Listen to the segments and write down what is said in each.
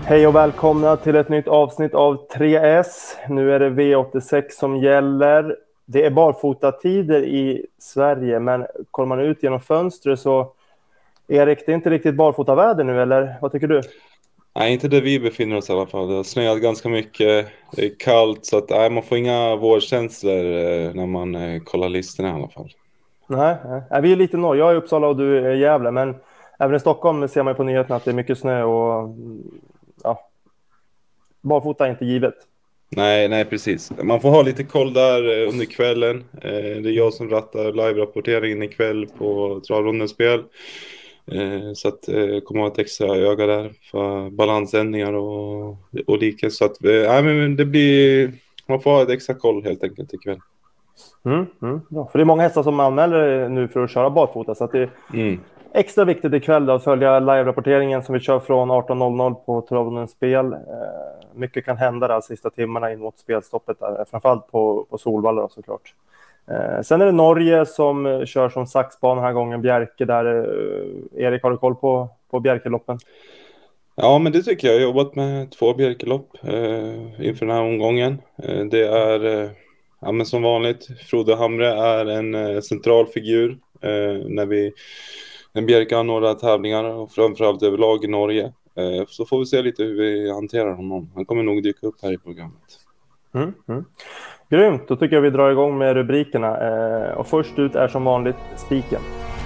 Hej och välkomna till ett nytt avsnitt av 3S. Nu är det V86 som gäller. Det är barfotatider i Sverige, men kollar man ut genom fönstret så Erik, det är inte riktigt barfotaväder nu, eller vad tycker du? Nej, inte där vi befinner oss i alla fall. Det har snöat ganska mycket. Det är kallt så att man får inga vårkänslor när man kollar listorna i alla fall. Nej, vi är lite norr. Jag är i Uppsala och du är i Gävle, men även i Stockholm ser man på nyheterna att det är mycket snö och ja, barfota är inte givet. Nej, precis. Man får ha lite koll där under kvällen. Det är jag som rattar live-rapporteringen ikväll på Travrondens spel. Så att det kommer att ha ett extra öga där för balansändringar och lika. Så att men det blir, man får ha ett extra koll helt enkelt ikväll. Ja, för det är många hästar som anmäler nu för att köra barfota, så att det är extra viktigt ikväll då, att följa live-rapporteringen som vi kör från 18.00 på Travrondens spel. Mycket kan hända de sista timmarna in mot spelstoppet där, framförallt på Solvalla då, såklart. Sen är det Norge som kör som saxbana den här gången, Bjerke där. Erik, har du koll på Bjerkeloppen? Ja, men det tycker jag. Jag har jobbat med 2 Bjerkelopp inför den här omgången. Det är, men som vanligt, Frode Hamre är en central figur när Bjerke har några tävlingar och framförallt överlag i Norge. Så får vi se lite hur vi hanterar honom. Han kommer nog dyka upp här i programmet. Grymt, då tycker jag vi drar igång med rubrikerna. Och först ut är som vanligt spiken.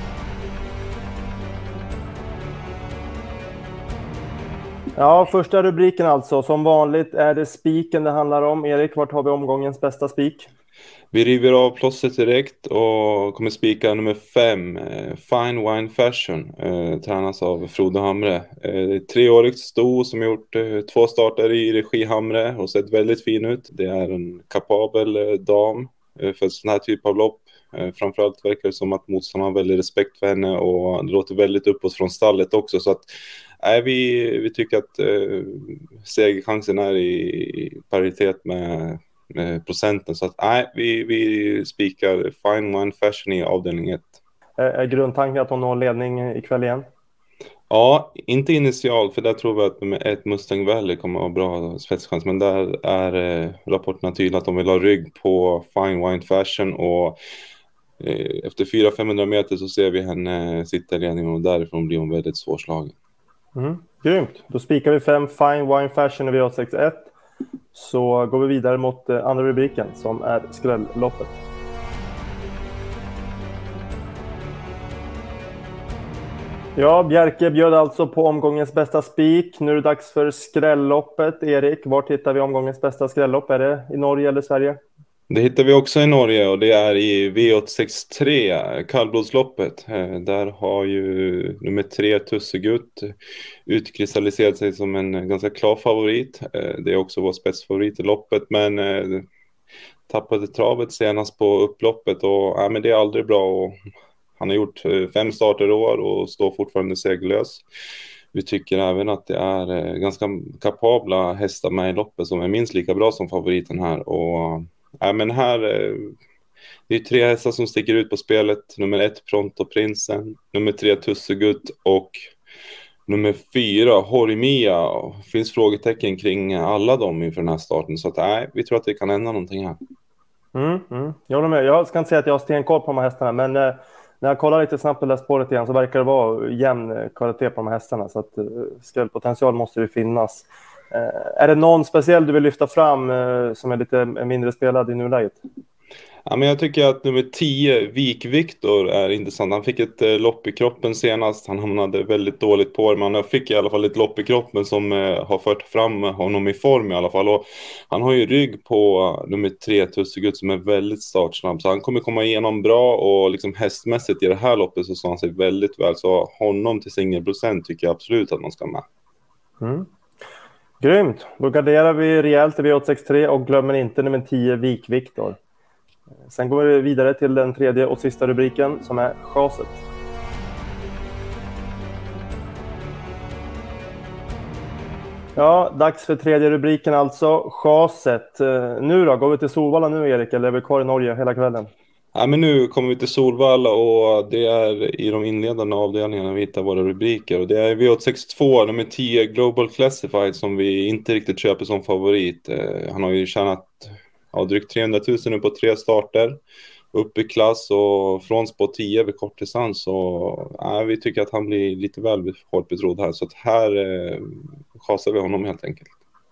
Ja, första rubriken alltså. Som vanligt är det spiken det handlar om. Erik, vart har vi omgångens bästa spik? Vi river av plåstret direkt och kommer spika nummer 5, Fine Wine Fashion, tränas av Frode Hamre. 3-årigt sto som gjort 2 starter i regi Hamre och sett väldigt fin ut. Det är en kapabel dam för sån här typ av lopp. Framförallt verkar det som att motståndarna har väldigt respekt för henne och det låter väldigt uppåt från stallet också. Så att vi tycker att segerchansen är i paritet med procenten, så att vi spikar Fine Wine Fashion i avdelning 1. Är grundtanken att hon når ledning ikväll igen? Ja, inte initialt, för där tror vi att med ett Mustang Valley kommer att ha bra spetschans, men där är rapporterna tydliga att de vill ha rygg på Fine Wine Fashion och efter 400-500 meter så ser vi henne sitta i ledningen och därifrån blir hon väldigt svårslagen. Grymt, då spikar vi 5 Fine Wine Fashion i V861. Så går vi vidare mot andra rubriken som är skrälloppet. Ja, Bjerke bjöd alltså på omgångens bästa spik. Nu är det dags för skrälloppet. Erik, var hittar vi omgångens bästa skrällopp? Är det i Norge eller Sverige? Det hittar vi också i Norge och det är i V863, kallblodsloppet. Där har ju nummer 3 Tussegut utkristalliserat sig som en ganska klar favorit. Det är också vår spetsfavorit i loppet, men tappade travet senast på upploppet och men det är aldrig bra. Och han har gjort 5 starter i år och står fortfarande segerlös. Vi tycker även att det är ganska kapabla hästar med i loppet som är minst lika bra som favoriten här. Och men här det är 3 hästar som sticker ut på spelet. Nummer 1 Pronto Prinsen, nummer 3 Tussegut och nummer 4 Hormia. Finns frågetecken kring alla dem inför den här starten, så att vi tror att det kan hända någonting här. Jag håller med. Jag ska inte säga att jag har stenkoll på de här hästarna, men när jag kollar lite snabbt och läser spåret igen så verkar det vara jämn kvalitet på de här hästarna, så att skrällpotential måste det finnas. Är det någon speciell du vill lyfta fram som är lite mindre spelad i nuläget? Ja, men jag tycker att nummer 10, Vik Viktor, är intressant. Han fick ett lopp i kroppen senast. Han hamnade väldigt dåligt på det, men han fick i alla fall ett lopp i kroppen som har fört fram honom i form i alla fall. Och han har ju rygg på nummer 3, Tussegut, som är väldigt startsnabb. Så han kommer komma igenom bra och liksom hästmässigt i det här loppet så står han sig väldigt väl. Så honom till singelprocent tycker jag absolut att man ska med. Grymt, då garderar vi rejält i V863 och glömmer inte nummer 10, Vik Viktor. Sen går vi vidare till den tredje och sista rubriken som är chaset. Ja, dags för tredje rubriken alltså, chaset. Nu då, går vi till Solvalla nu Erik, eller är vi kvar i Norge hela kvällen? Ja, men nu kommer vi till Solvalla och det är i de inledande avdelningarna vi hittar våra rubriker. Och det är V862, nummer 10, Global Classified, som vi inte riktigt köper som favorit. Han har ju tjänat drygt 300 000 nu på 3 starter. Upp i klass och från spår 10 vid kortdistans. Så vi tycker att han blir lite väl hårt betrodd här. Så att här chasar vi honom helt enkelt.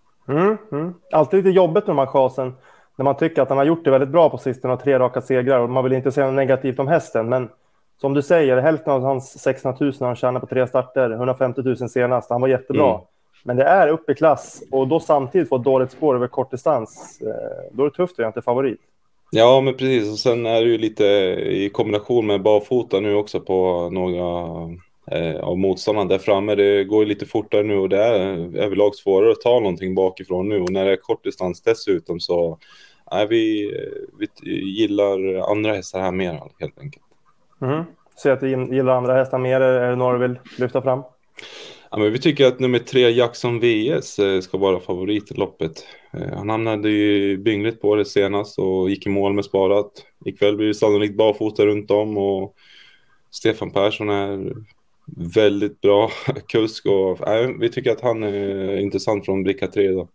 Alltid lite jobbigt med de här chasen. När man tycker att han har gjort det väldigt bra på sistone och 3 raka segrar. Och man vill inte säga något negativt om hästen. Men som du säger, hälften av hans 600 000 han tjänar på 3 starter. 150 000 senast. Han var jättebra. Men det är upp i klass. Och då samtidigt få ett dåligt spår över kortdistans. Då är det tufft att göra till favorit. Ja, men precis. Och sen är det ju lite i kombination med barfota nu också på några av motståndarna där framme. Det går ju lite fortare nu och det är överlag svårare att ta någonting bakifrån nu. Och när det är kortdistans dessutom så vi gillar andra hästar här mer helt enkelt. Så att vi gillar andra hästar mer. Är det några du vill lyfta fram? Ja, men vi tycker att nummer 3 Jackson VS ska vara favorit i loppet. Han hamnade ju byngligt på det senast och gick i mål med sparat. Ikväll blir det sannolikt barfota runt om och Stefan Persson är väldigt bra kusk och vi tycker att han är intressant från bricka 3 då.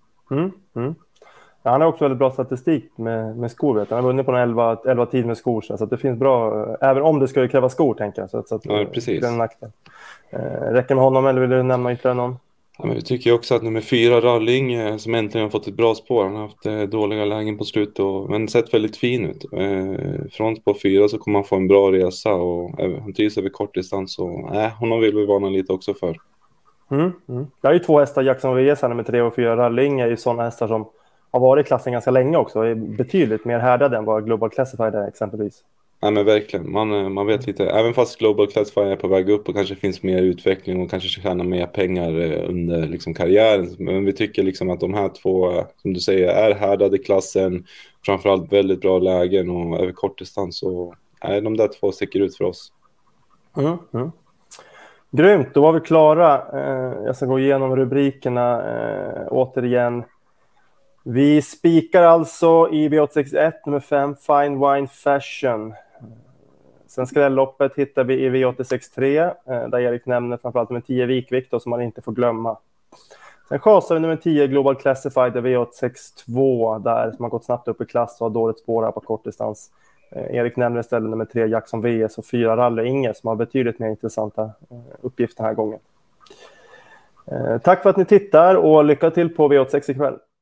Ja, han har också väldigt bra statistik med skor. Han har vunnit på en 11 tid med skor. Så att det finns bra, även om det skulle kräva skor tänker jag. Så att ja, precis. Det är en nackdel. Räcker med honom eller vill du nämna ytterligare någon? Ja, men vi tycker också att nummer 4 Ralling som äntligen har fått ett bra spår. Han har haft dåliga lägen på slut men sett väldigt fin ut. Från på 4 så kommer han få en bra resa och han trivs över kortdistans. Så honom vill vi varna lite också för. Det är ju 2 hästar, Jackson VS nummer 3 och 4 Ralling är ju sådana hästar som har varit i klassen ganska länge också. Är betydligt mer härdade än vad Global Classified är exempelvis. Ja, men verkligen. Man vet lite, även fast Global Classified är på väg upp och kanske finns mer utveckling och kanske tjänar mer pengar under liksom karriären. Men vi tycker liksom att de här 2, som du säger, är härdade i klassen. Framförallt väldigt bra lägen och över kortdistans. Så de där 2 sticker ut för oss. Grymt, då var vi klara. Jag ska gå igenom rubrikerna återigen. Vi spikar alltså i V861 nummer 5 Fine Wine Fashion. Sen skrälloppet hittar vi i V863 där Erik nämner framförallt nummer 10 Vikvikt som man inte får glömma. Sen chasar vi nummer 10 Global Classified V862 där som har gått snabbt upp i klass och har dåligt spår här på kortdistans. Erik nämner istället nummer 3 Jackson VS och 4 Ralle Inge som har betydligt mer intressanta uppgifter den här gången. Tack för att ni tittar och lycka till på V86 ikväll.